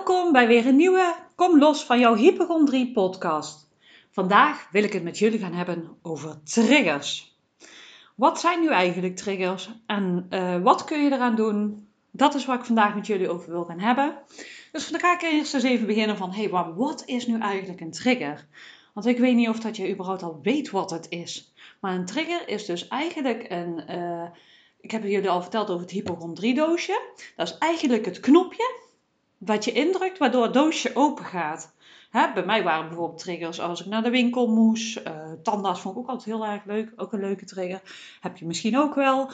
Welkom bij weer een nieuwe Kom los van jouw hypochondrie podcast. Vandaag wil ik het met jullie gaan hebben over triggers. Wat zijn nu eigenlijk triggers en wat kun je eraan doen? Dat is waar ik vandaag met jullie over wil gaan hebben. Dus dan ga ik eerst eens even beginnen van, maar wat is nu eigenlijk een trigger? Want ik weet niet of dat je überhaupt al weet wat het is. Maar een trigger is dus eigenlijk ik heb jullie al verteld over het hypochondriedoosje. Dat is eigenlijk het knopje wat je indrukt, waardoor het doosje open gaat. Bij mij waren bijvoorbeeld triggers als ik naar de winkel moest. Tandarts vond ik ook altijd heel erg leuk. Ook een leuke trigger. Heb je misschien ook wel.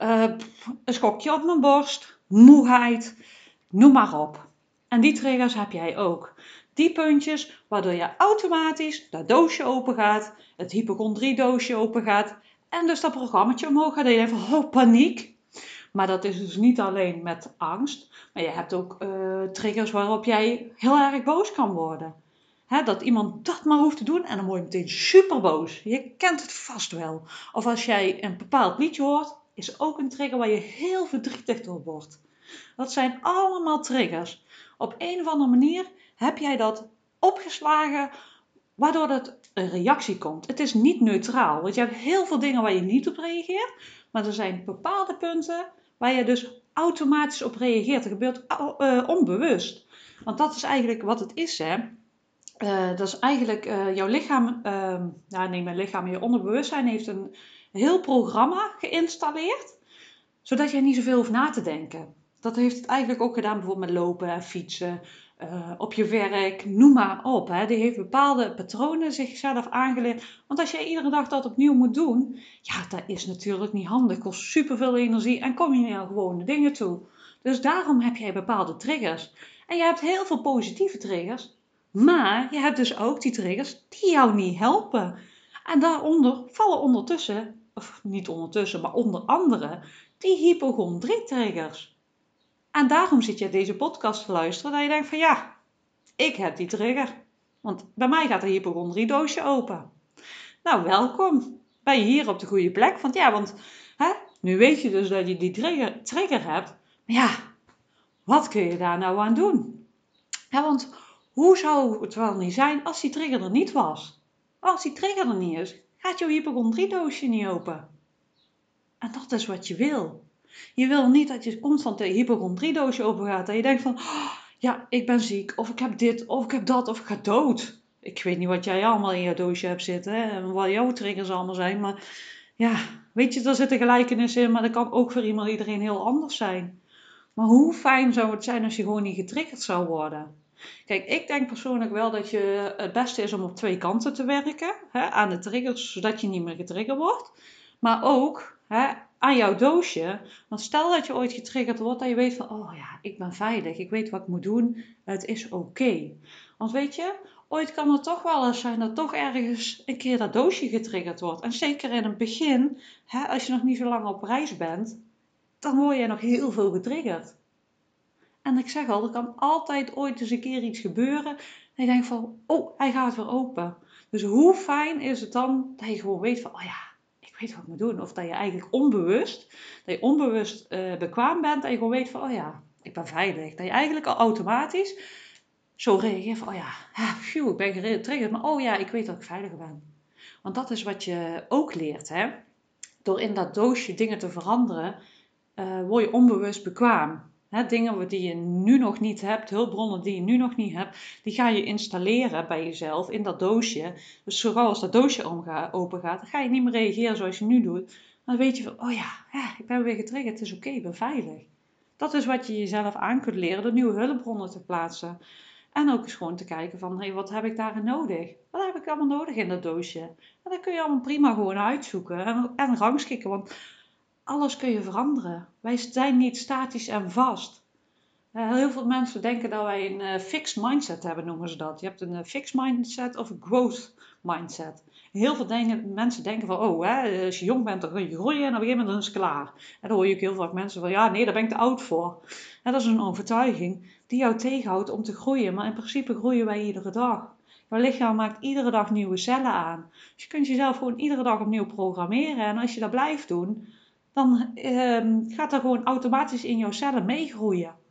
Een schokje op mijn borst. Moeheid. Noem maar op. En die triggers heb jij ook. Die puntjes waardoor je automatisch dat doosje open gaat. Het hypochondriedoosje open gaat. En dus dat programmaatje omhoog gaat. En je denkt van, paniek. Maar dat is dus niet alleen met angst. Maar je hebt ook triggers waarop jij heel erg boos kan worden. Dat iemand dat maar hoeft te doen en dan word je meteen super boos. Je kent het vast wel. Of als jij een bepaald liedje hoort, is ook een trigger waar je heel verdrietig door wordt. Dat zijn allemaal triggers. Op een of andere manier heb jij dat opgeslagen, waardoor het een reactie komt. Het is niet neutraal, want je hebt heel veel dingen waar je niet op reageert. Maar er zijn bepaalde punten waar je dus automatisch op reageert. Dat gebeurt onbewust. Want dat is eigenlijk wat het is, hè. Dat is eigenlijk jouw lichaam, mijn lichaam, je onderbewustzijn heeft een heel programma geïnstalleerd, zodat je niet zoveel hoeft na te denken. Dat heeft het eigenlijk ook gedaan bijvoorbeeld met lopen en fietsen, op je werk, noem maar op. Hè. Die heeft bepaalde patronen zichzelf aangeleerd. Want als jij iedere dag dat opnieuw moet doen, ja, dat is natuurlijk niet handig. Kost superveel energie en kom je niet aan gewone dingen toe. Dus daarom heb jij bepaalde triggers. En je hebt heel veel positieve triggers. Maar je hebt dus ook die triggers die jou niet helpen. En daaronder vallen ondertussen, of niet ondertussen, maar onder andere, die hypochondrie-triggers. En daarom zit je deze podcast te luisteren, dat je denkt van ja, ik heb die trigger. Want bij mij gaat een hypochondriedoosje open. Nou, welkom. Ben je hier op de goede plek? Want nu weet je dus dat je die trigger hebt. Maar ja, wat kun je daar nou aan doen? Want hoe zou het wel niet zijn als die trigger er niet was? Als die trigger er niet is, gaat jouw hypochondriedoosje niet open. En dat is wat je wil. Je wil niet dat je constant de hypochondriedoosje open gaat. En je denkt van, ja, ik ben ziek. Of ik heb dit, of ik heb dat, of ik ga dood. Ik weet niet wat jij allemaal in je doosje hebt zitten. Hè, en wat jouw triggers allemaal zijn. Maar ja, weet je, daar zitten gelijkenissen in. Maar dat kan ook voor iedereen heel anders zijn. Maar hoe fijn zou het zijn als je gewoon niet getriggerd zou worden? Kijk, ik denk persoonlijk wel dat het beste is om op twee kanten te werken. Aan de triggers, zodat je niet meer getriggerd wordt. Maar ook aan jouw doosje. Want stel dat je ooit getriggerd wordt, dat je weet van, oh ja, ik ben veilig. Ik weet wat ik moet doen. Het is oké. Want weet je, ooit kan het toch wel eens zijn dat toch ergens een keer dat doosje getriggerd wordt. En zeker in het begin, als je nog niet zo lang op reis bent, dan word je nog heel veel getriggerd. En ik zeg al, er kan altijd ooit eens een keer iets gebeuren. En je denkt van, oh, hij gaat weer open. Dus hoe fijn is het dan dat je gewoon weet van, oh ja, ik weet wat ik moet doen. Of dat je eigenlijk onbewust bekwaam bent. En je gewoon weet van, oh ja, ik ben veilig. Dat je eigenlijk al automatisch zo reageert van, oh ja, ik ben getriggerd. Maar oh ja, ik weet dat ik veilig ben. Want dat is wat je ook leert, hè. Door in dat doosje dingen te veranderen, word je onbewust bekwaam. Dingen die je nu nog niet hebt, hulpbronnen die je nu nog niet hebt, die ga je installeren bij jezelf in dat doosje. Dus zodra als dat doosje open gaat, dan ga je niet meer reageren zoals je nu doet. Dan weet je van, oh ja, ik ben weer getriggerd, het is oké, ik ben veilig. Dat is wat je jezelf aan kunt leren door nieuwe hulpbronnen te plaatsen. En ook eens gewoon te kijken van, wat heb ik daarin nodig? Wat heb ik allemaal nodig in dat doosje? En dat kun je allemaal prima gewoon uitzoeken en rangschikken, want alles kun je veranderen. Wij zijn niet statisch en vast. Heel veel mensen denken dat wij een fixed mindset hebben, noemen ze dat. Je hebt een fixed mindset of een growth mindset. Heel veel mensen denken van, als je jong bent dan kun je groeien en op een gegeven moment is het klaar. En dan hoor je ook heel vaak mensen van, ja nee, daar ben ik te oud voor. En dat is een overtuiging die jou tegenhoudt om te groeien. Maar in principe groeien wij iedere dag. Jouw lichaam maakt iedere dag nieuwe cellen aan. Dus je kunt jezelf gewoon iedere dag opnieuw programmeren. En als je dat blijft doen, dan gaat dat gewoon automatisch in jouw cellen meegroeien.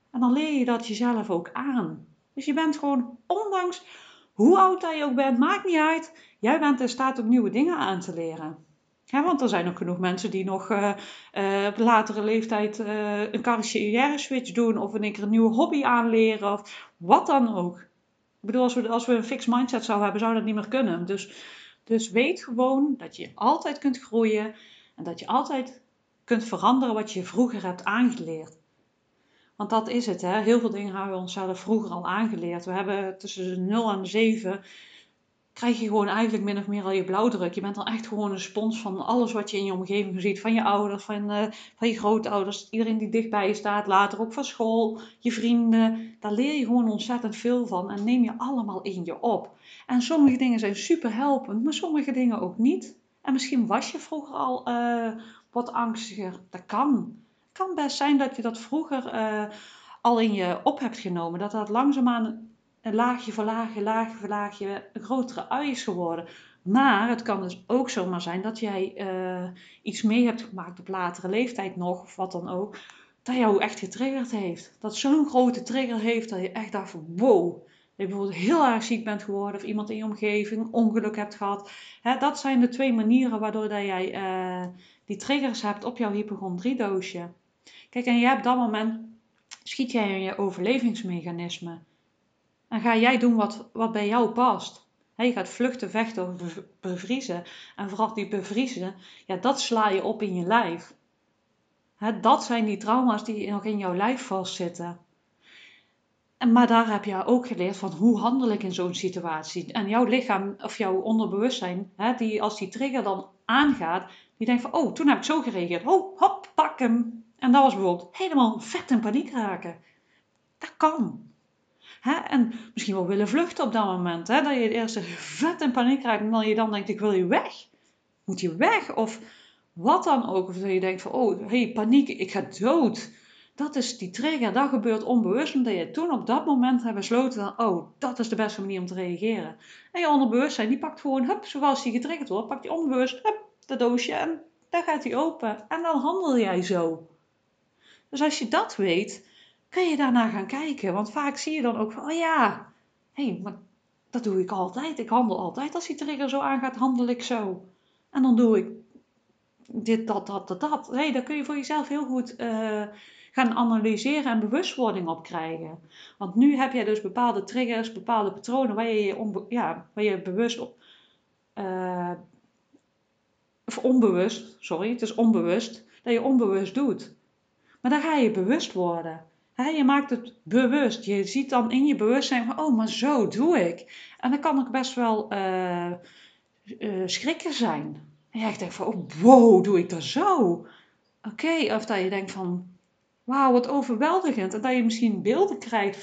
En dan leer je dat jezelf ook aan. Dus je bent gewoon, ondanks hoe oud dat je ook bent, maakt niet uit. Jij bent in staat om nieuwe dingen aan te leren. Want er zijn ook genoeg mensen die nog op latere leeftijd een carrière switch doen. Of in één keer een nieuwe hobby aanleren. Of wat dan ook. Ik bedoel, als we een fixed mindset zouden hebben, zou dat niet meer kunnen. Dus weet gewoon dat je altijd kunt groeien. En dat je altijd kunt veranderen wat je vroeger hebt aangeleerd. Want dat is het, hè. Heel veel dingen hebben we onszelf vroeger al aangeleerd. We hebben tussen de 0 en de 7 krijg je gewoon eigenlijk min of meer al je blauwdruk. Je bent dan echt gewoon een spons van alles wat je in je omgeving ziet. Van je ouders, van je grootouders, iedereen die dichtbij je staat. Later ook van school, je vrienden. Daar leer je gewoon ontzettend veel van en neem je allemaal in je op. En sommige dingen zijn super helpend, maar sommige dingen ook niet. En misschien was je vroeger al wat angstiger. Dat kan. Het kan best zijn dat je dat vroeger al in je op hebt genomen. Dat langzaamaan een laagje voor laagje, laagje voor laagje een grotere ui is geworden. Maar het kan dus ook zomaar zijn dat jij iets mee hebt gemaakt op latere leeftijd nog, of wat dan ook, dat jou echt getriggerd heeft. Dat zo'n grote trigger heeft dat je echt dacht van wow. Dat je bijvoorbeeld heel erg ziek bent geworden of iemand in je omgeving ongeluk hebt gehad. Dat zijn de 2 manieren waardoor dat jij die triggers hebt op jouw hypochondriedoosje. Kijk, en jij op dat moment schiet jij in je overlevingsmechanisme. En ga jij doen wat bij jou past. Je gaat vluchten, vechten of bevriezen. En vooral die bevriezen, ja, dat sla je op in je lijf. Dat zijn die trauma's die nog in jouw lijf vastzitten. Maar daar heb je ook geleerd van hoe handel ik in zo'n situatie. En jouw lichaam of jouw onderbewustzijn, als die trigger dan aangaat, die denkt van, oh, toen heb ik zo gereageerd. Oh, hop, pak hem. En dat was bijvoorbeeld helemaal vet in paniek raken. Dat kan. En misschien wel willen vluchten op dat moment. Dat je het eerst vet in paniek raakt en dan je dan denkt, ik wil hier weg. Moet je weg? Of wat dan ook. Of dat je denkt van, oh, paniek, ik ga dood. Dat is die trigger. Dat gebeurt onbewust omdat je toen op dat moment hebt besloten van, oh, dat is de beste manier om te reageren. En je onderbewustzijn, die pakt gewoon, hup, zoals die getriggerd wordt, pakt die onbewust, hup, dat doosje en dan gaat die open. En dan handel jij zo. Dus als je dat weet, kun je daarna gaan kijken. Want vaak zie je dan ook van, oh ja, maar dat doe ik altijd. Ik handel altijd. Als die trigger zo aangaat, handel ik zo. En dan doe ik dit, dat. Dan kun je voor jezelf heel goed gaan analyseren en bewustwording op krijgen. Want nu heb je dus bepaalde triggers, bepaalde patronen waar je bewust op... of onbewust, sorry, het is onbewust, dat je onbewust doet. Maar dan ga je bewust worden. Je maakt het bewust. Je ziet dan in je bewustzijn van, oh, maar zo doe ik. En dan kan ook best wel schrikken zijn. En jij denkt van, oh, wow, doe ik dat zo? Oké, of dat je denkt van, wauw, wat overweldigend. En dat je misschien beelden krijgt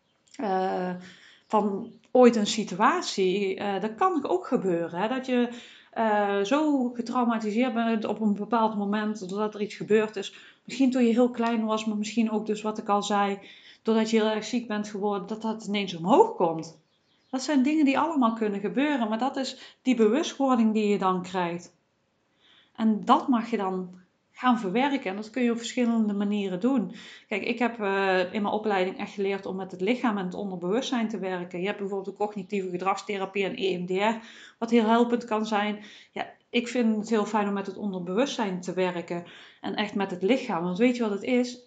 van ooit een situatie. Dat kan ook gebeuren. Dat je zo getraumatiseerd bent op een bepaald moment, doordat er iets gebeurd is. Misschien toen je heel klein was, maar misschien ook dus wat ik al zei, doordat je heel erg ziek bent geworden, dat ineens omhoog komt. Dat zijn dingen die allemaal kunnen gebeuren, maar dat is die bewustwording die je dan krijgt. En dat mag je dan gaan verwerken. En dat kun je op verschillende manieren doen. Kijk, ik heb in mijn opleiding echt geleerd om met het lichaam en het onderbewustzijn te werken. Je hebt bijvoorbeeld de cognitieve gedragstherapie en EMDR, wat heel helpend kan zijn. Ja, ik vind het heel fijn om met het onderbewustzijn te werken. En echt met het lichaam. Want weet je wat het is?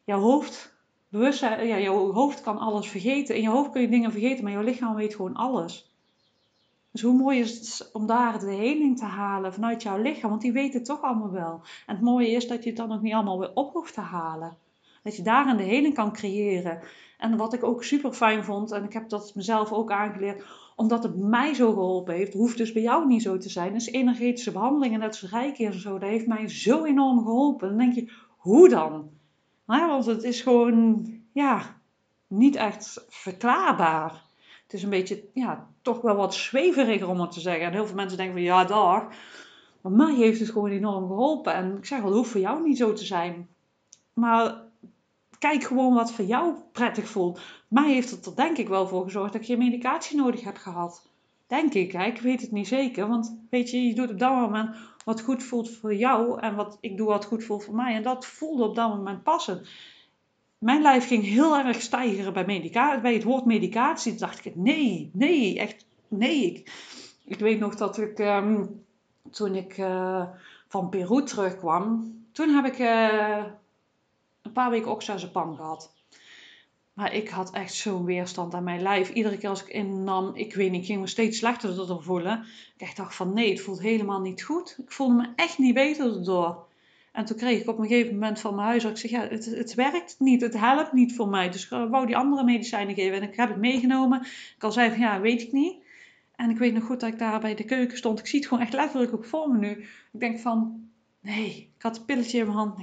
Jouw hoofd kan alles vergeten. In je hoofd kun je dingen vergeten, maar jouw lichaam weet gewoon alles. Dus hoe mooi is het om daar de heling te halen vanuit jouw lichaam, want die weet het toch allemaal wel. En het mooie is dat je het dan nog niet allemaal weer op hoeft te halen. Dat je daarin de heling kan creëren. En wat ik ook super fijn vond, en ik heb dat mezelf ook aangeleerd, omdat het mij zo geholpen heeft, hoeft dus bij jou niet zo te zijn. Dus energetische behandelingen, net als reiki en zo, dat heeft mij zo enorm geholpen. Dan denk je, hoe dan? Want het is gewoon, niet echt verklaarbaar. Het is een beetje, toch wel wat zweveriger om het te zeggen. En heel veel mensen denken van, ja, dag. Maar mij heeft het gewoon enorm geholpen. En ik zeg wel, het hoeft voor jou niet zo te zijn. Maar kijk gewoon wat voor jou prettig voelt. Mij heeft het er denk ik wel voor gezorgd dat ik geen medicatie nodig heb gehad. Denk ik, hè? Ik weet het niet zeker. Want weet je doet op dat moment wat goed voelt voor jou. En ik doe wat goed voelt voor mij. En dat voelde op dat moment passen. mijn lijf ging heel erg stijgeren bij het woord medicatie. Toen dacht ik, nee, echt nee. Ik weet nog dat ik, toen ik van Peru terugkwam, toen heb ik een paar weken oxazepam gehad. Maar ik had echt zo'n weerstand aan mijn lijf. Iedere keer als ik innam, ik weet niet, ik ging me steeds slechter erdoor voelen. Ik echt dacht van nee, het voelt helemaal niet goed. Ik voelde me echt niet beter erdoor. En toen kreeg ik op een gegeven moment van mijn huisarts, ik zeg ja, het werkt niet, het helpt niet voor mij. Dus ik wou die andere medicijnen geven en ik heb het meegenomen. Ik al zei van ja, weet ik niet. En ik weet nog goed dat ik daar bij de keuken stond. Ik zie het gewoon echt letterlijk ook voor me nu. Ik denk van nee, ik had het pilletje in mijn hand.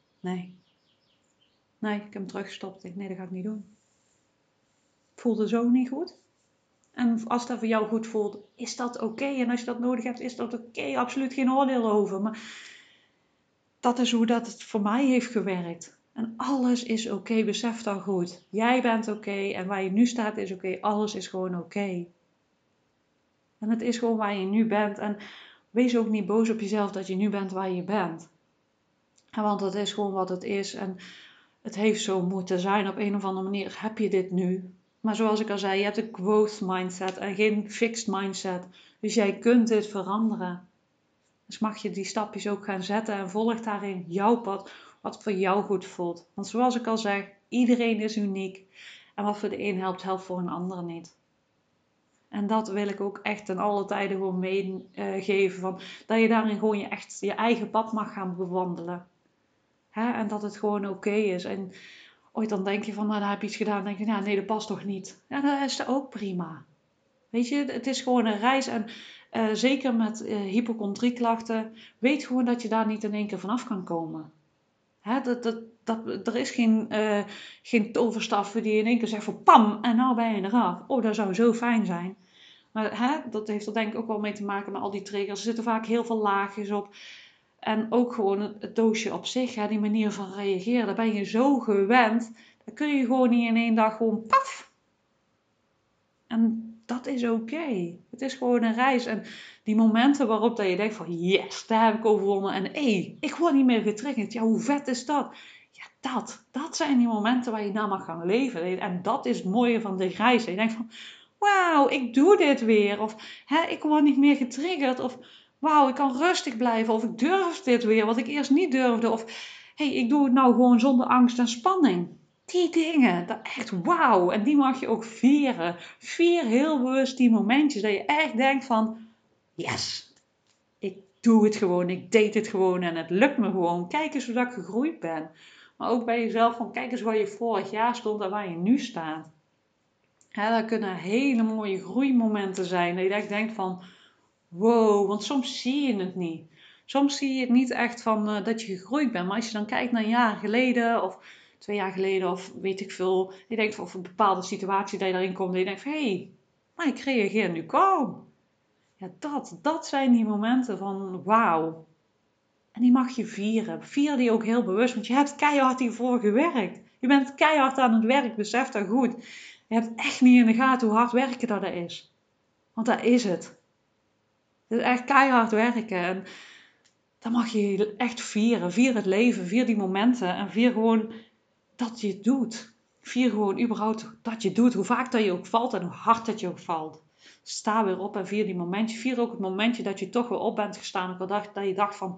Nee, ik heb hem teruggestopt. Nee, dat ga ik niet doen. Het voelde zo niet goed. En als dat voor jou goed voelt, is dat oké. En als je dat nodig hebt, is dat oké. Absoluut geen oordeel over. Maar dat is hoe dat het voor mij heeft gewerkt. En alles is oké. Besef dat goed. Jij bent oké. En waar je nu staat is oké. Alles is gewoon oké. En het is gewoon waar je nu bent. En wees ook niet boos op jezelf dat je nu bent waar je bent. Want het is gewoon wat het is. En het heeft zo moeten zijn. Op een of andere manier heb je dit nu. Maar zoals ik al zei, je hebt een growth mindset en geen fixed mindset. Dus jij kunt dit veranderen. Dus mag je die stapjes ook gaan zetten en volg daarin jouw pad, wat voor jou goed voelt. Want zoals ik al zeg, iedereen is uniek. En wat voor de een helpt, helpt voor een ander niet. En dat wil ik ook echt ten alle tijden gewoon meegeven. Dat je daarin gewoon je eigen pad mag gaan bewandelen. En dat het gewoon oké is. En ooit dan denk je van, nou, dan heb je iets gedaan. Dan denk je, ja, nee, dat past toch niet. Ja, dat is ook prima. Weet je, het is gewoon een reis. En zeker met hypochondrieklachten, weet gewoon dat je daar niet in één keer vanaf kan komen. Er is geen toverstaf die in één keer zegt van pam, en nou ben je eraf. Oh, dat zou zo fijn zijn. Maar dat heeft er denk ik ook wel mee te maken met al die triggers. Er zitten vaak heel veel laagjes op. En ook gewoon het doosje op zich, die manier van reageren. Daar ben je zo gewend. Dan kun je gewoon niet in één dag gewoon paf. En dat is oké. Het is gewoon een reis. En die momenten waarop dat je denkt van yes, daar heb ik overwonnen. En ik word niet meer getriggerd. Ja, hoe vet is dat? Ja, dat zijn die momenten waar je naar mag gaan leven. En dat is het mooie van de reis. En je denkt van wauw, ik doe dit weer. Of ik word niet meer getriggerd. Of wauw, ik kan rustig blijven. Of ik durf dit weer, wat ik eerst niet durfde. Of ik doe het nou gewoon zonder angst en spanning. Die dingen, dat echt wauw. En die mag je ook vieren. Vier heel bewust die momentjes dat je echt denkt van yes, ik doe het gewoon. Ik deed het gewoon en het lukt me gewoon. Kijk eens hoe dat ik gegroeid ben. Maar ook bij jezelf van kijk eens waar je vorig jaar stond en waar je nu staat. Dat kunnen hele mooie groeimomenten zijn. Dat je echt denkt van wow, want soms zie je het niet. Soms zie je het niet echt van dat je gegroeid bent. Maar als je dan kijkt naar een jaar geleden of 2 jaar geleden of weet ik veel. Je denkt of een bepaalde situatie dat je daarin komt. En je denkt van hé, maar ik reageer nu kalm. Ja, dat zijn die momenten van wauw. En die mag je vieren. Vier die ook heel bewust, want je hebt keihard hiervoor gewerkt. Je bent keihard aan het werk, besef dat goed. Je hebt echt niet in de gaten hoe hard werken dat is. Want dat is het. Het is echt keihard werken. En dan mag je echt vieren. Vier het leven, vier die momenten. En vier gewoon dat je het doet. Vier gewoon überhaupt dat je het doet. Hoe vaak dat je ook valt en hoe hard dat je ook valt. Sta weer op en vier die momentje. Vier ook het momentje dat je toch weer op bent gestaan. Dat je dacht van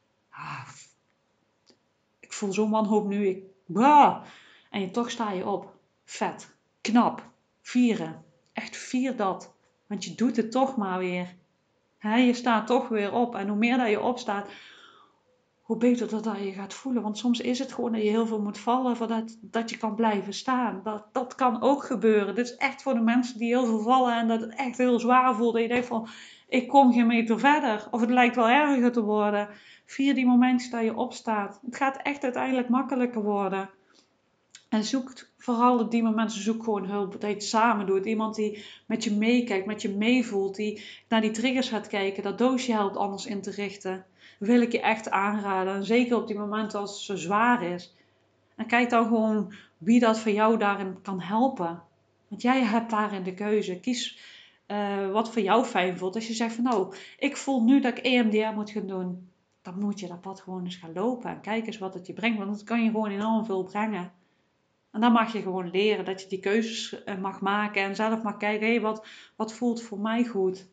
ik voel zo'n wanhoop nu. En toch sta je op. Vet. Knap. Vieren. Echt vier dat. Want je doet het toch maar weer. Je staat toch weer op. En hoe meer dat je opstaat, hoe beter dat je gaat voelen. Want soms is het gewoon dat je heel veel moet vallen voordat dat je kan blijven staan. Dat kan ook gebeuren. Dit is echt voor de mensen die heel veel vallen en dat het echt heel zwaar voelt. Dat je denkt van, ik kom geen meter verder. Of het lijkt wel erger te worden. Vier die momentjes dat je opstaat. Het gaat echt uiteindelijk makkelijker worden. En zoek vooral op die momenten, zoek gewoon hulp. Dat je het samen doet. Iemand die met je meekijkt, met je meevoelt. Die naar die triggers gaat kijken. Dat doosje helpt anders in te richten. Wil ik je echt aanraden. En zeker op die momenten als het zo zwaar is. En kijk dan gewoon wie dat voor jou daarin kan helpen. Want jij hebt daarin de keuze. Kies wat voor jou fijn voelt. Als je zegt van nou, ik voel nu dat ik EMDR moet gaan doen. Dan moet je dat pad gewoon eens gaan lopen. En kijk eens wat het je brengt. Want het kan je gewoon enorm veel brengen. En dan mag je gewoon leren dat je die keuzes mag maken en zelf mag kijken, hé, wat voelt voor mij goed?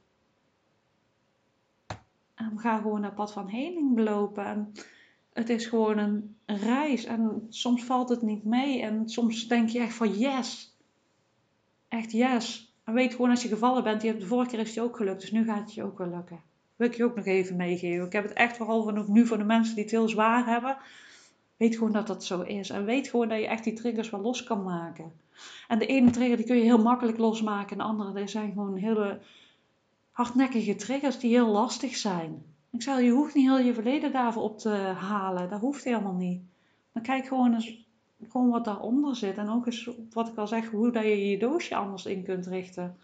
En ga gewoon dat pad van heling belopen. En het is gewoon een reis en soms valt het niet mee en soms denk je echt van yes. Echt yes. En weet gewoon als je gevallen bent, de vorige keer is het je ook gelukt, dus nu gaat het je ook wel lukken. Wil ik je ook nog even meegeven. Ik heb het echt vooral van nu voor de mensen die het heel zwaar hebben. Weet gewoon dat dat zo is. En weet gewoon dat je echt die triggers wel los kan maken. En de ene trigger die kun je heel makkelijk losmaken. En de andere die zijn gewoon hele hardnekkige triggers die heel lastig zijn. Ik zei, je hoeft niet heel je verleden daarvoor op te halen. Dat hoeft helemaal niet. Maar kijk gewoon eens gewoon wat daaronder zit. En ook eens wat ik al zeg, hoe dat je je doosje anders in kunt richten.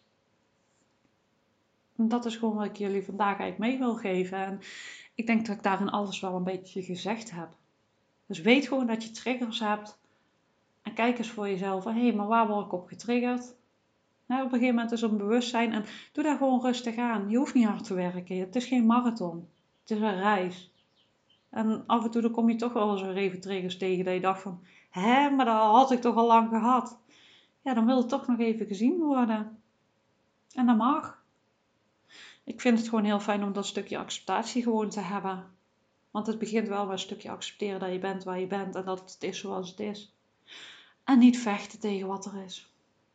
En dat is gewoon wat ik jullie vandaag eigenlijk mee wil geven. En ik denk dat ik daarin alles wel een beetje gezegd heb. Dus weet gewoon dat je triggers hebt. En kijk eens voor jezelf. Hé, maar waar word ik op getriggerd? Nou, op een gegeven moment is er een bewustzijn. En doe daar gewoon rustig aan. Je hoeft niet hard te werken. Het is geen marathon. Het is een reis. En af en toe dan kom je toch wel eens weer even triggers tegen. Dat je dacht van, maar dat had ik toch al lang gehad. Ja, dan wil het toch nog even gezien worden. En dat mag. Ik vind het gewoon heel fijn om dat stukje acceptatie gewoon te hebben. Want het begint wel met een stukje accepteren dat je bent waar je bent. En dat het is zoals het is. En niet vechten tegen wat er is.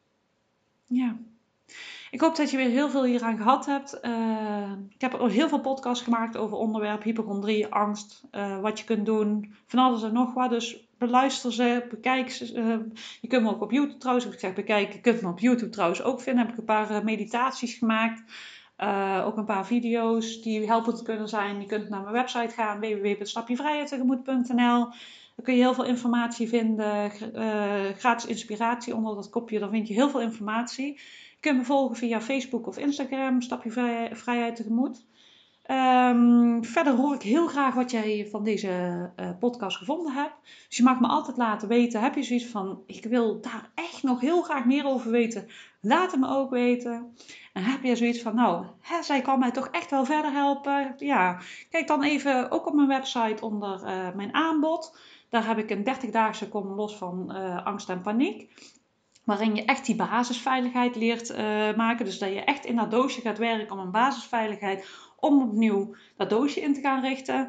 Ja. Ik hoop dat je weer heel veel hieraan gehad hebt. Ik heb al heel veel podcasts gemaakt over onderwerp hypochondrie, angst, wat je kunt doen, van alles en nog wat. Dus beluister ze, bekijk ze. Je kunt me ook op YouTube trouwens, heb ik gezegd bekijken. Je kunt me op YouTube trouwens ook vinden. Heb ik een paar meditaties gemaakt. Ook een paar video's die helpend kunnen zijn. Je kunt naar mijn website gaan, www.stapjevrijheidtegemoet.nl. Dan kun je heel veel informatie vinden, gratis inspiratie onder dat kopje. Dan vind je heel veel informatie. Je kunt me volgen via Facebook of Instagram, Stap je Vrijheid Tegemoet. Verder hoor ik heel graag wat jij van deze podcast gevonden hebt. Dus je mag me altijd laten weten. Heb je zoiets van, ik wil daar echt nog heel graag meer over weten. Laat het me ook weten. En heb je zoiets van, nou, zij kan mij toch echt wel verder helpen. Ja, kijk dan even ook op mijn website onder mijn aanbod. Daar heb ik een 30-daagse kom los van angst en paniek. Waarin je echt die basisveiligheid leert maken. Dus dat je echt in dat doosje gaat werken om een basisveiligheid. Om opnieuw dat doosje in te gaan richten.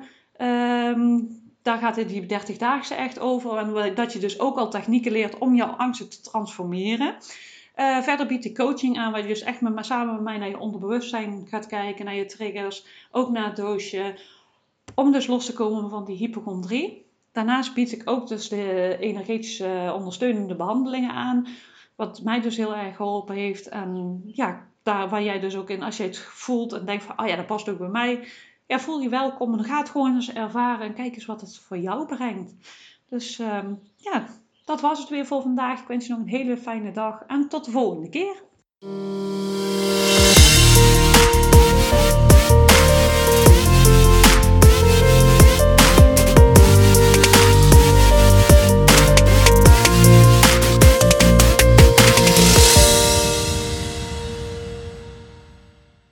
Daar gaat het die 30-daagse echt over. En dat je dus ook al technieken leert om jouw angsten te transformeren. Verder biedt ik coaching aan, waar je dus echt samen met mij naar je onderbewustzijn gaat kijken. Naar je triggers, ook naar het doosje. Om dus los te komen van die hypochondrie. Daarnaast bied ik ook dus de energetische ondersteunende behandelingen aan. Wat mij dus heel erg geholpen heeft. En ja, daar waar jij dus ook in, als je het voelt en denkt van, oh ja, dat past ook bij mij. Ja, voel je welkom en ga het gewoon eens ervaren en kijk eens wat het voor jou brengt. Dus ja, dat was het weer voor vandaag. Ik wens je nog een hele fijne dag en tot de volgende keer.